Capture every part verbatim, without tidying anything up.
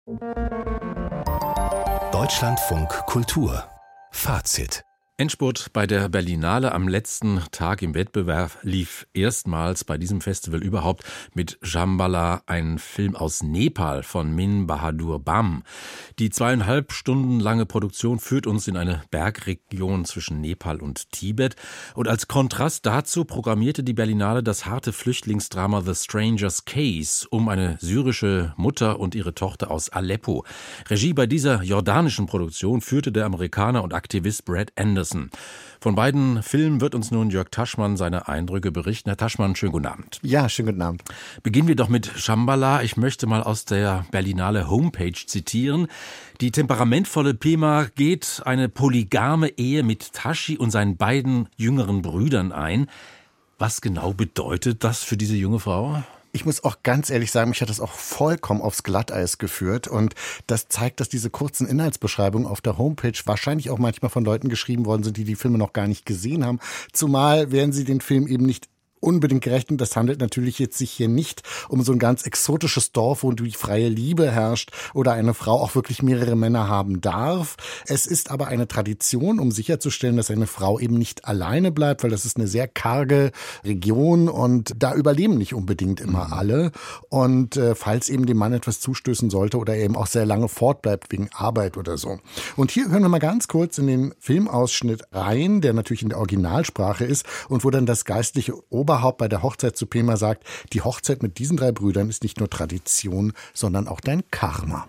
Deutschlandfunk Kultur Fazit. Endspurt bei der Berlinale am letzten Tag im Wettbewerb lief erstmals bei diesem Festival überhaupt mit Shambhala, ein Film aus Nepal von Min Bahadur Bam. Die zweieinhalb Stunden lange Produktion führt uns in eine Bergregion zwischen Nepal und Tibet. Und als Kontrast dazu programmierte die Berlinale das harte Flüchtlingsdrama The Stranger's Case um eine syrische Mutter und ihre Tochter aus Aleppo. Regie bei dieser jordanischen Produktion führte der Amerikaner und Aktivist Brad Anderson. Von beiden Filmen wird uns nun Jörg Taschmann seine Eindrücke berichten. Herr Taschmann, schönen guten Abend. Ja, schönen guten Abend. Beginnen wir doch mit Shambhala. Ich möchte mal aus der Berlinale Homepage zitieren. Die temperamentvolle Pema geht eine polygame Ehe mit Tashi und seinen beiden jüngeren Brüdern ein. Was genau bedeutet das für diese junge Frau? Ich muss auch ganz ehrlich sagen, mich hat das auch vollkommen aufs Glatteis geführt und das zeigt, dass diese kurzen Inhaltsbeschreibungen auf der Homepage wahrscheinlich auch manchmal von Leuten geschrieben worden sind, die die Filme noch gar nicht gesehen haben. Zumal werden sie den Film eben nicht unbedingt gerechnet. Das handelt natürlich jetzt sich hier nicht um so ein ganz exotisches Dorf, wo die freie Liebe herrscht oder eine Frau auch wirklich mehrere Männer haben darf. Es ist aber eine Tradition, um sicherzustellen, dass eine Frau eben nicht alleine bleibt, weil das ist eine sehr karge Region und da überleben nicht unbedingt immer mhm. alle. Und äh, falls eben dem Mann etwas zustößen sollte oder er eben auch sehr lange fortbleibt wegen Arbeit oder so. Und hier hören wir mal ganz kurz in den Filmausschnitt rein, der natürlich in der Originalsprache ist und wo dann das geistliche Ober Oberhaupt bei der Hochzeit zu Pema sagt, die Hochzeit mit diesen drei Brüdern ist nicht nur Tradition, sondern auch dein Karma.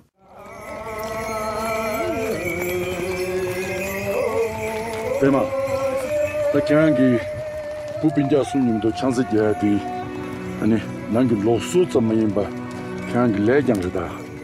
Pema, da kangi pupinja sunimdo chance jati ani nangi losu tsamayimba kangi lejangrida.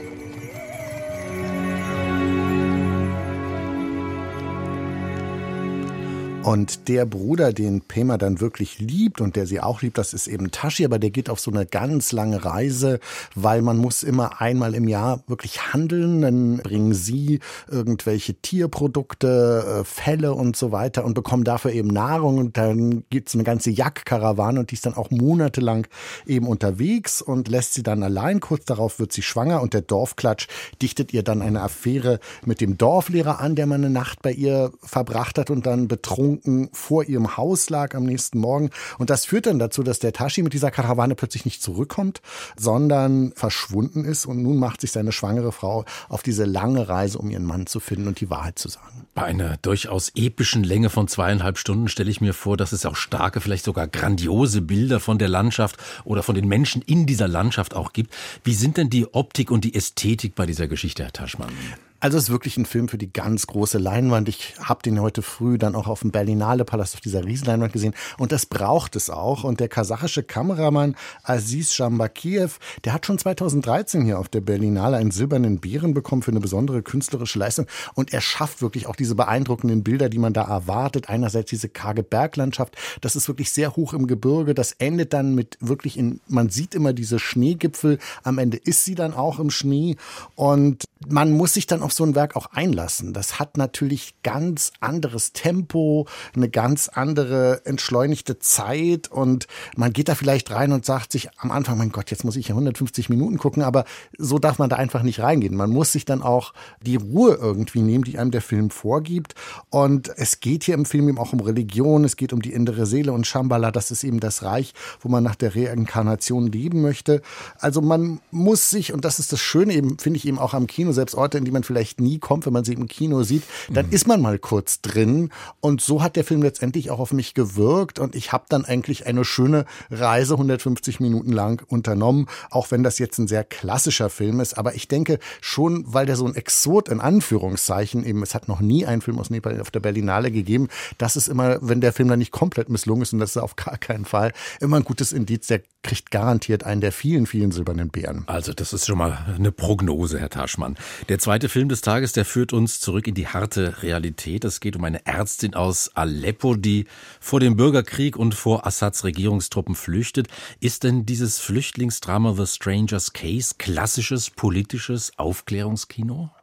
Und der Bruder, den Pema dann wirklich liebt und der sie auch liebt, das ist eben Tashi, aber der geht auf so eine ganz lange Reise, weil man muss immer einmal im Jahr wirklich handeln, dann bringen sie irgendwelche Tierprodukte, Felle und so weiter und bekommen dafür eben Nahrung und dann gibt's eine ganze Jagdkarawane und die ist dann auch monatelang eben unterwegs und lässt sie dann allein. Kurz darauf wird sie schwanger und der Dorfklatsch dichtet ihr dann eine Affäre mit dem Dorflehrer an, der mal eine Nacht bei ihr verbracht hat und dann betrunken vor ihrem Haus lag am nächsten Morgen. Und das führt dann dazu, dass der Tashi mit dieser Karawane plötzlich nicht zurückkommt, sondern verschwunden ist. Und nun macht sich seine schwangere Frau auf diese lange Reise, um ihren Mann zu finden und die Wahrheit zu sagen. Bei einer durchaus epischen Länge von zweieinhalb Stunden stelle ich mir vor, dass es auch starke, vielleicht sogar grandiose Bilder von der Landschaft oder von den Menschen in dieser Landschaft auch gibt. Wie sind denn die Optik und die Ästhetik bei dieser Geschichte, Herr Taschmann? Also es ist wirklich ein Film für die ganz große Leinwand. Ich habe den heute früh dann auch auf dem Berlinale Palast auf dieser Riesenleinwand gesehen und das braucht es auch. Und der kasachische Kameramann Aziz Jambakiev, der hat schon zweitausenddreizehn hier auf der Berlinale einen silbernen Bären bekommen für eine besondere künstlerische Leistung und er schafft wirklich auch diese beeindruckenden Bilder, die man da erwartet. Einerseits diese karge Berglandschaft, das ist wirklich sehr hoch im Gebirge, das endet dann mit wirklich in, man sieht immer diese Schneegipfel, am Ende ist sie dann auch im Schnee und man muss sich dann auf so ein Werk auch einlassen. Das hat natürlich ganz anderes Tempo, eine ganz andere entschleunigte Zeit und man geht da vielleicht rein und sagt sich am Anfang, mein Gott, jetzt muss ich ja hundertfünfzig Minuten gucken, aber so darf man da einfach nicht reingehen. Man muss sich dann auch die Ruhe irgendwie nehmen, die einem der Film vorgibt und es geht hier im Film eben auch um Religion, es geht um die innere Seele und Shambhala, das ist eben das Reich, wo man nach der Reinkarnation leben möchte. Also man muss sich, und das ist das Schöne eben, finde ich eben auch am Kino, selbst Orte, in die man vielleicht nie kommt, wenn man sie im Kino sieht, dann mhm. ist man mal kurz drin und so hat der Film letztendlich auch auf mich gewirkt und ich habe dann eigentlich eine schöne Reise hundertfünfzig Minuten lang unternommen, auch wenn das jetzt ein sehr klassischer Film ist, aber ich denke schon, weil der so ein Exot in Anführungszeichen eben, es hat noch nie einen Film aus Nepal auf der Berlinale gegeben, das ist immer, wenn der Film dann nicht komplett misslungen ist und das ist auf gar keinen Fall, immer ein gutes Indiz, der kriegt garantiert einen der vielen, vielen silbernen Bären. Also das ist schon mal eine Prognose, Herr Taschmann. Der zweite Film des Tages, der führt uns zurück in die harte Realität. Es geht um eine Ärztin aus Aleppo, die vor dem Bürgerkrieg und vor Assads Regierungstruppen flüchtet. Ist denn dieses Flüchtlingsdrama The Stranger's Case klassisches politisches Aufklärungskino?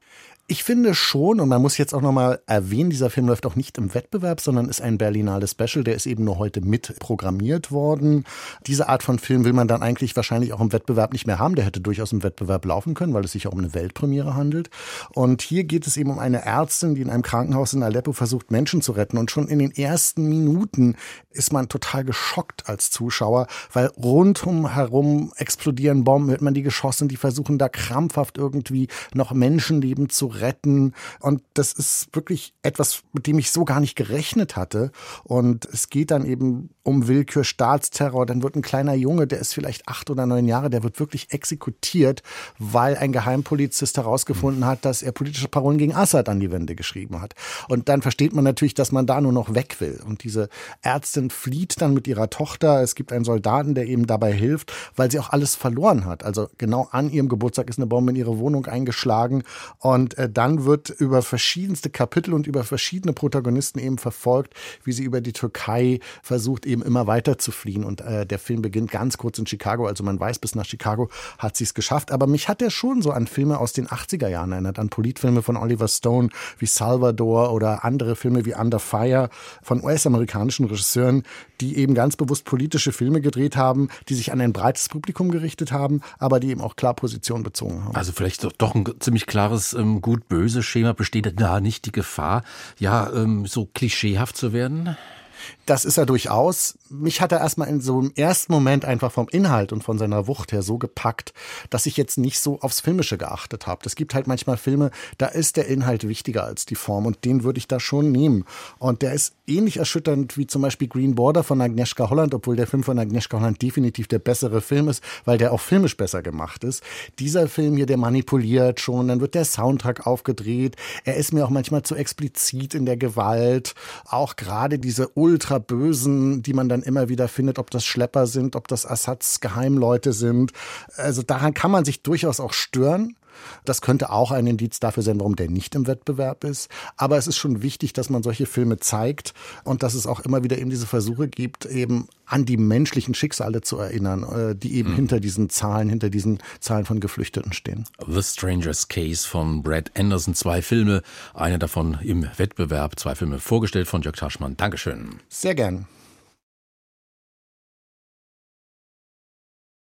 Ich finde schon, und man muss jetzt auch nochmal erwähnen, dieser Film läuft auch nicht im Wettbewerb, sondern ist ein Berlinale Special, der ist eben nur heute mit programmiert worden. Diese Art von Film will man dann eigentlich wahrscheinlich auch im Wettbewerb nicht mehr haben. Der hätte durchaus im Wettbewerb laufen können, weil es sich ja um eine Weltpremiere handelt. Und hier geht es eben um eine Ärztin, die in einem Krankenhaus in Aleppo versucht, Menschen zu retten. Und schon in den ersten Minuten ist man total geschockt als Zuschauer, weil rundum herum explodieren Bomben, hört man die Geschosse, die versuchen da krampfhaft irgendwie noch Menschenleben zu retten. Und das ist wirklich etwas, mit dem ich so gar nicht gerechnet hatte. Und es geht dann eben um Willkür, Staatsterror. Dann wird ein kleiner Junge, der ist vielleicht acht oder neun Jahre, der wird wirklich exekutiert, weil ein Geheimpolizist herausgefunden hat, dass er politische Parolen gegen Assad an die Wände geschrieben hat. Und dann versteht man natürlich, dass man da nur noch weg will. Und diese Ärztin flieht dann mit ihrer Tochter. Es gibt einen Soldaten, der eben dabei hilft, weil sie auch alles verloren hat. Also genau an ihrem Geburtstag ist eine Bombe in ihre Wohnung eingeschlagen. Und dann wird über verschiedenste Kapitel und über verschiedene Protagonisten eben verfolgt, wie sie über die Türkei versucht, eben immer weiter zu fliehen. Und äh, der Film beginnt ganz kurz in Chicago. Also man weiß, bis nach Chicago hat sie es geschafft. Aber mich hat er schon so an Filme aus den achtziger Jahren erinnert, an Politfilme von Oliver Stone wie Salvador oder andere Filme wie Under Fire von U S-amerikanischen Regisseuren, die eben ganz bewusst politische Filme gedreht haben, die sich an ein breites Publikum gerichtet haben, aber die eben auch klar Position bezogen haben. Also vielleicht doch, doch ein ziemlich klares ähm, Gut-Böse-Schema. Besteht da nicht die Gefahr, ja, ähm, so klischeehaft zu werden? Das ist er durchaus. Mich hat er erstmal in so einem ersten Moment einfach vom Inhalt und von seiner Wucht her so gepackt, dass ich jetzt nicht so aufs Filmische geachtet habe. Es gibt halt manchmal Filme, da ist der Inhalt wichtiger als die Form und den würde ich da schon nehmen. Und der ist ähnlich erschütternd wie zum Beispiel Green Border von Agnieszka Holland, obwohl der Film von Agnieszka Holland definitiv der bessere Film ist, weil der auch filmisch besser gemacht ist. Dieser Film hier, der manipuliert schon, dann wird der Soundtrack aufgedreht. Er ist mir auch manchmal zu explizit in der Gewalt. Auch gerade diese ultra Bösen, die man dann immer wieder findet, ob das Schlepper sind, ob das Assads Geheimleute sind. Also daran kann man sich durchaus auch stören. Das könnte auch ein Indiz dafür sein, warum der nicht im Wettbewerb ist. Aber es ist schon wichtig, dass man solche Filme zeigt und dass es auch immer wieder eben diese Versuche gibt, eben an die menschlichen Schicksale zu erinnern, die eben mhm. hinter diesen Zahlen, hinter diesen Zahlen von Geflüchteten stehen. The Stranger's Case von Brad Anderson. Zwei Filme, einer davon im Wettbewerb, zwei Filme vorgestellt von Jörg Taschmann. Dankeschön. Sehr gern.